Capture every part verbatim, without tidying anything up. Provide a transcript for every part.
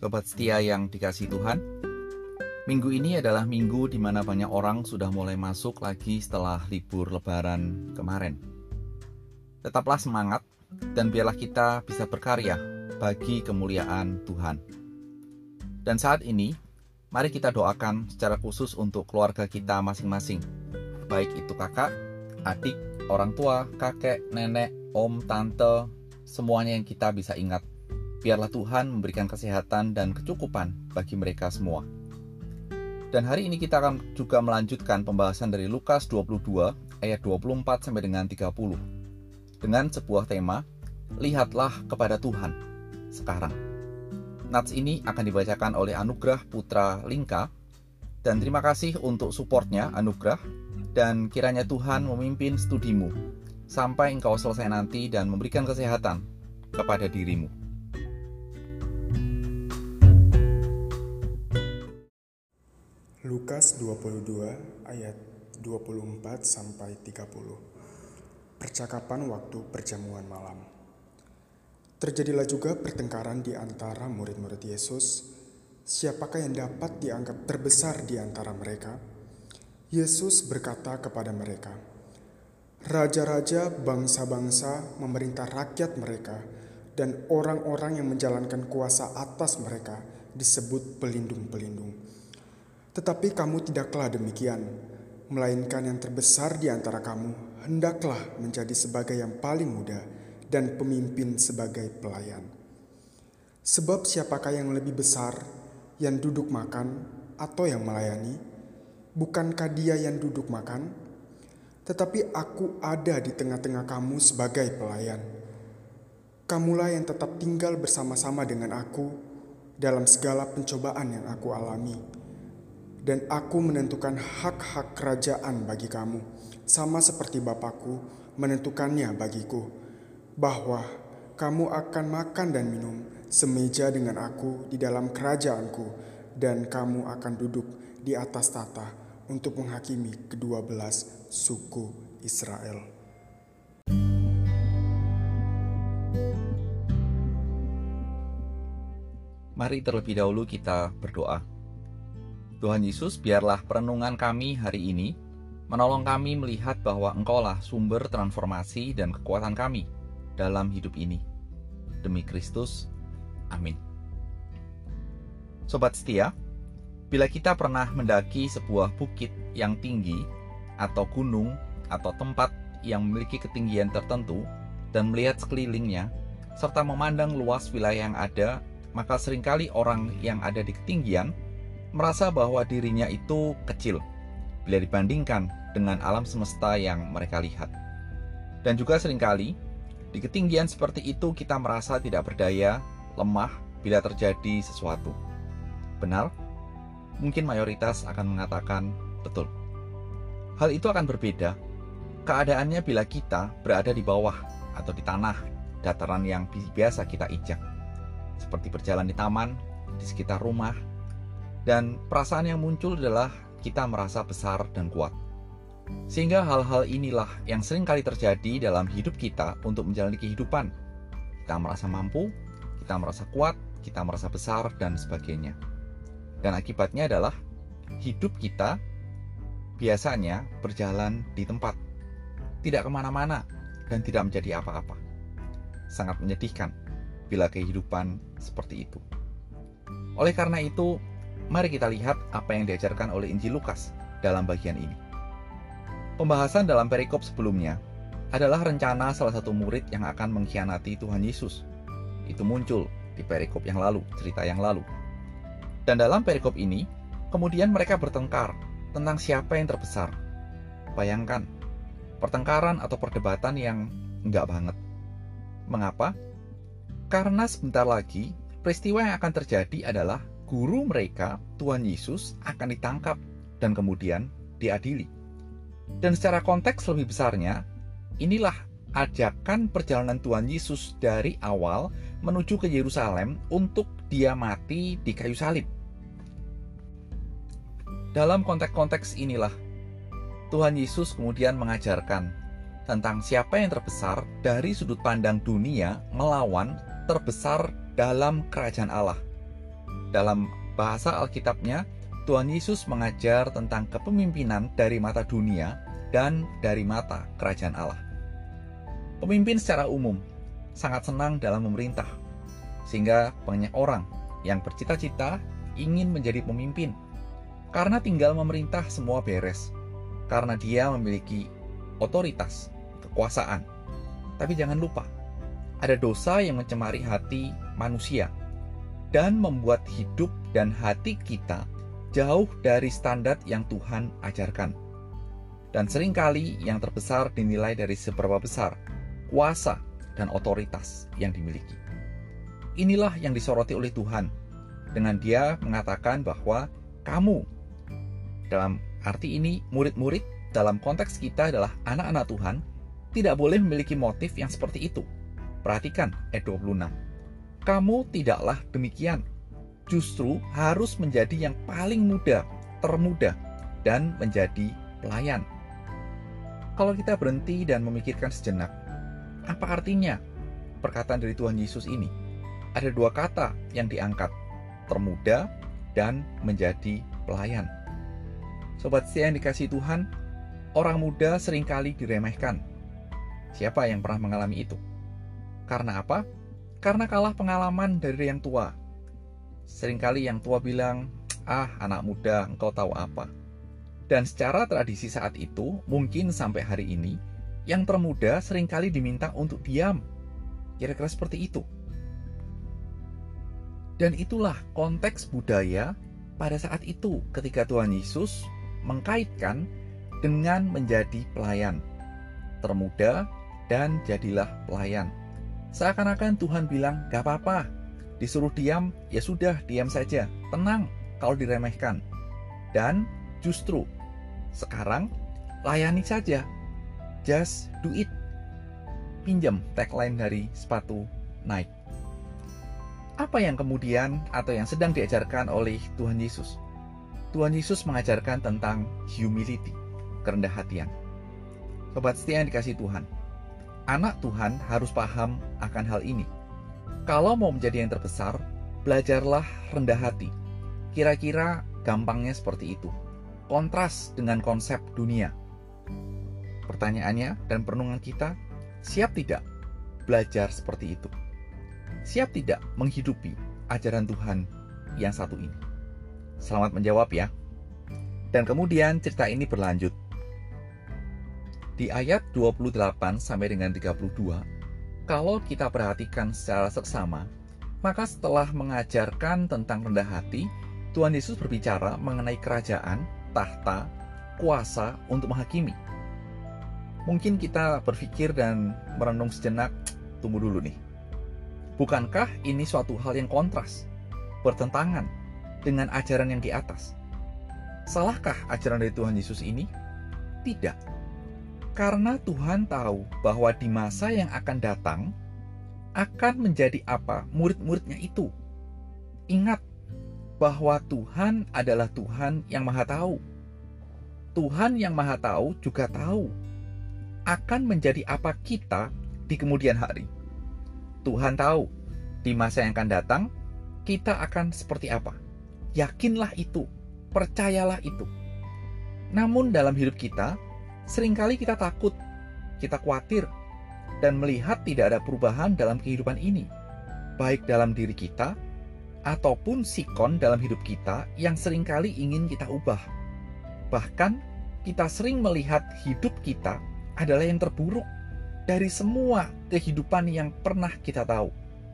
Sobat setia yang dikasihi Tuhan, minggu ini adalah minggu di mana banyak orang sudah mulai masuk lagi setelah libur lebaran kemarin. Tetaplah semangat dan biarlah kita bisa berkarya bagi kemuliaan Tuhan. Dan saat ini, mari kita doakan secara khusus untuk keluarga kita masing-masing, baik itu kakak, adik, orang tua, kakek, nenek, om, tante, semuanya yang kita bisa ingat. Biarlah Tuhan memberikan kesehatan dan kecukupan bagi mereka semua. Dan hari ini kita akan juga melanjutkan pembahasan dari Lukas dua puluh dua ayat dua puluh empat sampai dengan tiga puluh dengan sebuah tema, lihatlah kepada Tuhan sekarang. Nats ini akan dibacakan oleh Anugrah Putra Lingka, dan terima kasih untuk supportnya Anugrah, dan kiranya Tuhan memimpin studimu sampai engkau selesai nanti dan memberikan kesehatan kepada dirimu. Lukas dua puluh dua ayat dua puluh empat sampai tiga puluh. Percakapan waktu perjamuan malam. Terjadilah juga pertengkaran di antara murid-murid Yesus. Siapakah yang dapat dianggap terbesar di antara mereka? Yesus berkata kepada mereka, raja-raja bangsa-bangsa memerintah rakyat mereka, dan orang-orang yang menjalankan kuasa atas mereka disebut pelindung-pelindung. Tetapi kamu tidaklah demikian, melainkan yang terbesar di antara kamu hendaklah menjadi sebagai yang paling muda dan pemimpin sebagai pelayan. Sebab siapakah yang lebih besar, yang duduk makan atau yang melayani? Bukankah dia yang duduk makan? Tetapi aku ada di tengah-tengah kamu sebagai pelayan. Kamulah yang tetap tinggal bersama-sama dengan aku dalam segala pencobaan yang aku alami. Dan aku menentukan hak-hak kerajaan bagi kamu, sama seperti Bapakku menentukannya bagiku, bahwa kamu akan makan dan minum semeja dengan aku di dalam kerajaanku, dan kamu akan duduk di atas tahta untuk menghakimi kedua belas suku Israel. Mari terlebih dahulu kita berdoa. Tuhan Yesus, biarlah perenungan kami hari ini menolong kami melihat bahwa Engkaulah sumber transformasi dan kekuatan kami dalam hidup ini. Demi Kristus, amin. Sobat setia, bila kita pernah mendaki sebuah bukit yang tinggi atau gunung atau tempat yang memiliki ketinggian tertentu dan melihat sekelilingnya serta memandang luas wilayah yang ada, maka seringkali orang yang ada di ketinggian merasa bahwa dirinya itu kecil bila dibandingkan dengan alam semesta yang mereka lihat. Dan juga seringkali di ketinggian seperti itu kita merasa tidak berdaya, lemah bila terjadi sesuatu. Benar? Mungkin mayoritas akan mengatakan betul. Hal itu akan berbeda keadaannya bila kita berada di bawah atau di tanah dataran yang biasa kita injak, seperti berjalan di taman, di sekitar rumah. Dan perasaan yang muncul adalah kita merasa besar dan kuat. Sehingga hal-hal inilah yang sering kali terjadi dalam hidup kita untuk menjalani kehidupan. Kita merasa mampu, kita merasa kuat, kita merasa besar, dan sebagainya. Dan akibatnya adalah hidup kita biasanya berjalan di tempat, tidak kemana-mana, dan tidak menjadi apa-apa. Sangat menyedihkan bila kehidupan seperti itu. Oleh karena itu, mari kita lihat apa yang diajarkan oleh Injil Lukas dalam bagian ini. Pembahasan dalam perikop sebelumnya adalah rencana salah satu murid yang akan mengkhianati Tuhan Yesus. Itu muncul di perikop yang lalu, cerita yang lalu. Dan dalam perikop ini, kemudian mereka bertengkar tentang siapa yang terbesar. Bayangkan, pertengkaran atau perdebatan yang enggak banget. Mengapa? Karena sebentar lagi, peristiwa yang akan terjadi adalah guru mereka, Tuhan Yesus, akan ditangkap dan kemudian diadili. Dan secara konteks lebih besarnya, inilah ajakan perjalanan Tuhan Yesus dari awal menuju ke Yerusalem untuk dia mati di kayu salib. Dalam konteks-konteks inilah, Tuhan Yesus kemudian mengajarkan tentang siapa yang terbesar dari sudut pandang dunia melawan terbesar dalam kerajaan Allah. dalam bahasa Alkitabnya, Tuhan Yesus mengajar tentang kepemimpinan dari mata dunia dan dari mata kerajaan Allah. Pemimpin secara umum sangat senang dalam memerintah, sehingga banyak orang yang bercita-cita ingin menjadi pemimpin, karena tinggal memerintah semua beres, karena dia memiliki otoritas, kekuasaan. Tapi jangan lupa, ada dosa yang mencemari hati manusia dan membuat hidup dan hati kita jauh dari standar yang Tuhan ajarkan. Dan seringkali yang terbesar dinilai dari seberapa besar kuasa dan otoritas yang dimiliki. Inilah yang disoroti oleh Tuhan dengan Dia mengatakan bahwa kamu, dalam arti ini murid-murid dalam konteks kita adalah anak-anak Tuhan, tidak boleh memiliki motif yang seperti itu. Perhatikan ayat dua puluh enam. Kamu tidaklah demikian, justru harus menjadi yang paling muda, termuda, dan menjadi pelayan. Kalau kita berhenti dan memikirkan sejenak, apa artinya perkataan dari Tuhan Yesus ini? Ada dua kata yang diangkat, termuda dan menjadi pelayan. Sobat setia yang dikasihi Tuhan, orang muda seringkali diremehkan. Siapa yang pernah mengalami itu? Karena apa? Karena kalah pengalaman dari yang tua. Seringkali yang tua bilang, ah anak muda, engkau tahu apa? Dan secara tradisi saat itu, mungkin sampai hari ini, yang termuda seringkali diminta untuk diam. Kira-kira seperti itu. Dan itulah konteks budaya pada saat itu ketika Tuhan Yesus mengkaitkan dengan menjadi pelayan. Termuda dan jadilah pelayan. Seakan-akan Tuhan bilang, gak apa-apa, disuruh diam, ya sudah diam saja. Tenang kalau diremehkan. Dan justru sekarang layani saja. Just do it. Pinjam tagline dari sepatu Nike. Apa yang kemudian atau yang sedang diajarkan oleh Tuhan Yesus? Tuhan Yesus mengajarkan tentang humility, kerendah hatian. Sobat setia yang dikasihi Tuhan, anak Tuhan harus paham akan hal ini. Kalau mau menjadi yang terbesar, belajarlah rendah hati. Kira-kira gampangnya seperti itu. Kontras dengan konsep dunia. Pertanyaannya dan perenungan kita, siap tidak belajar seperti itu? Siap tidak menghidupi ajaran Tuhan yang satu ini? Selamat menjawab ya. Dan kemudian cerita ini berlanjut. Di ayat dua puluh delapan sampai dengan tiga puluh dua, kalau kita perhatikan secara seksama, maka setelah mengajarkan tentang rendah hati, Tuhan Yesus berbicara mengenai kerajaan, tahta, kuasa untuk menghakimi. Mungkin kita berpikir dan merenung sejenak, tunggu dulu nih. Bukankah ini suatu hal yang kontras, bertentangan dengan ajaran yang di atas? Salahkah ajaran dari Tuhan Yesus ini? Tidak. Karena Tuhan tahu bahwa di masa yang akan datang, akan menjadi apa murid-muridnya itu. Ingat bahwa Tuhan adalah Tuhan yang Maha Tahu. Tuhan yang Maha Tahu juga tahu akan menjadi apa kita di kemudian hari. Tuhan tahu di masa yang akan datang kita akan seperti apa. Yakinlah itu, percayalah itu. Namun dalam hidup kita, seringkali kita takut, kita khawatir, dan melihat tidak ada perubahan dalam kehidupan ini, baik dalam diri kita, ataupun sikon dalam hidup kita yang seringkali ingin kita ubah. Bahkan, kita sering melihat hidup kita adalah yang terburuk dari semua kehidupan yang pernah kita tahu.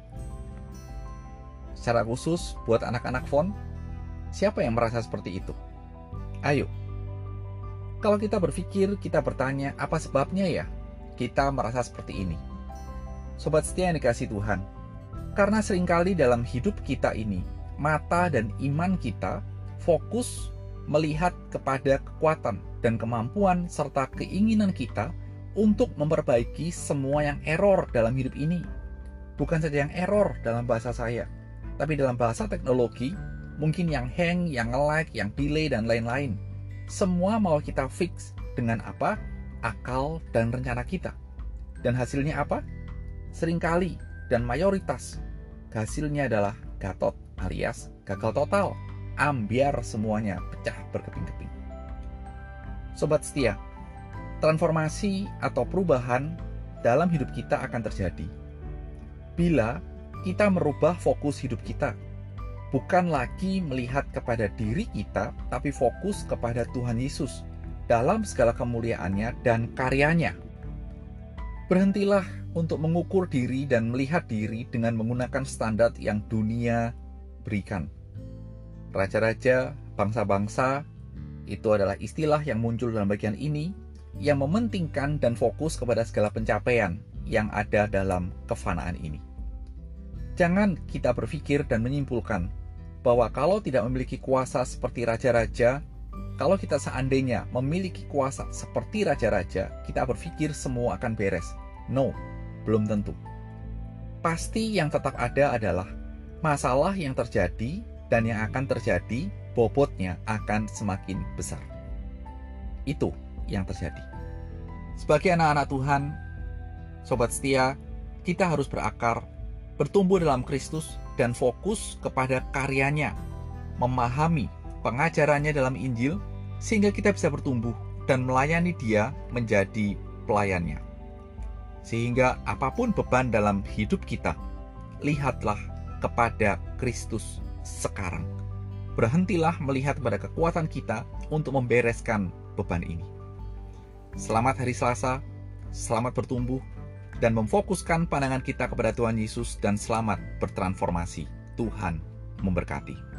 Secara khusus buat anak-anak font, siapa yang merasa seperti itu? Ayo. Kalau kita berpikir, kita bertanya, apa sebabnya ya kita merasa seperti ini? Sobat setia yang dikasihi Tuhan, karena seringkali dalam hidup kita ini, mata dan iman kita fokus melihat kepada kekuatan dan kemampuan serta keinginan kita untuk memperbaiki semua yang error dalam hidup ini. Bukan saja yang error dalam bahasa saya, tapi dalam bahasa teknologi, mungkin yang hang, yang nge-lag, yang delay, dan lain-lain. Semua mau kita fix dengan apa? Akal dan rencana kita. Dan hasilnya apa? Seringkali dan mayoritas hasilnya adalah Gatot alias gagal total, ambiar semuanya, pecah berkeping-keping. Sobat setia, transformasi atau perubahan dalam hidup kita akan terjadi bila kita merubah fokus hidup kita. Bukan lagi melihat kepada diri kita, tapi fokus kepada Tuhan Yesus dalam segala kemuliaannya dan karyanya. Berhentilah untuk mengukur diri dan melihat diri dengan menggunakan standar yang dunia berikan. Raja-raja, bangsa-bangsa, itu adalah istilah yang muncul dalam bagian ini, yang mementingkan dan fokus kepada segala pencapaian yang ada dalam kefanaan ini. Jangan kita berpikir dan menyimpulkan bahwa kalau tidak memiliki kuasa seperti raja-raja, kalau kita seandainya memiliki kuasa seperti raja-raja, kita berpikir semua akan beres. No, belum tentu. Pasti yang tetap ada adalah masalah yang terjadi, dan yang akan terjadi, bobotnya akan semakin besar. Itu yang terjadi. Sebagai anak-anak Tuhan, sobat setia, kita harus berakar, bertumbuh dalam Kristus, dan fokus kepada karyanya, memahami pengajarannya dalam Injil, sehingga kita bisa bertumbuh dan melayani Dia menjadi pelayannya. Sehingga apapun beban dalam hidup kita, lihatlah kepada Kristus sekarang. Berhentilah melihat pada kekuatan kita untuk membereskan beban ini. Selamat hari Selasa, selamat bertumbuh, dan memfokuskan pandangan kita kepada Tuhan Yesus, dan selamat bertransformasi. Tuhan memberkati.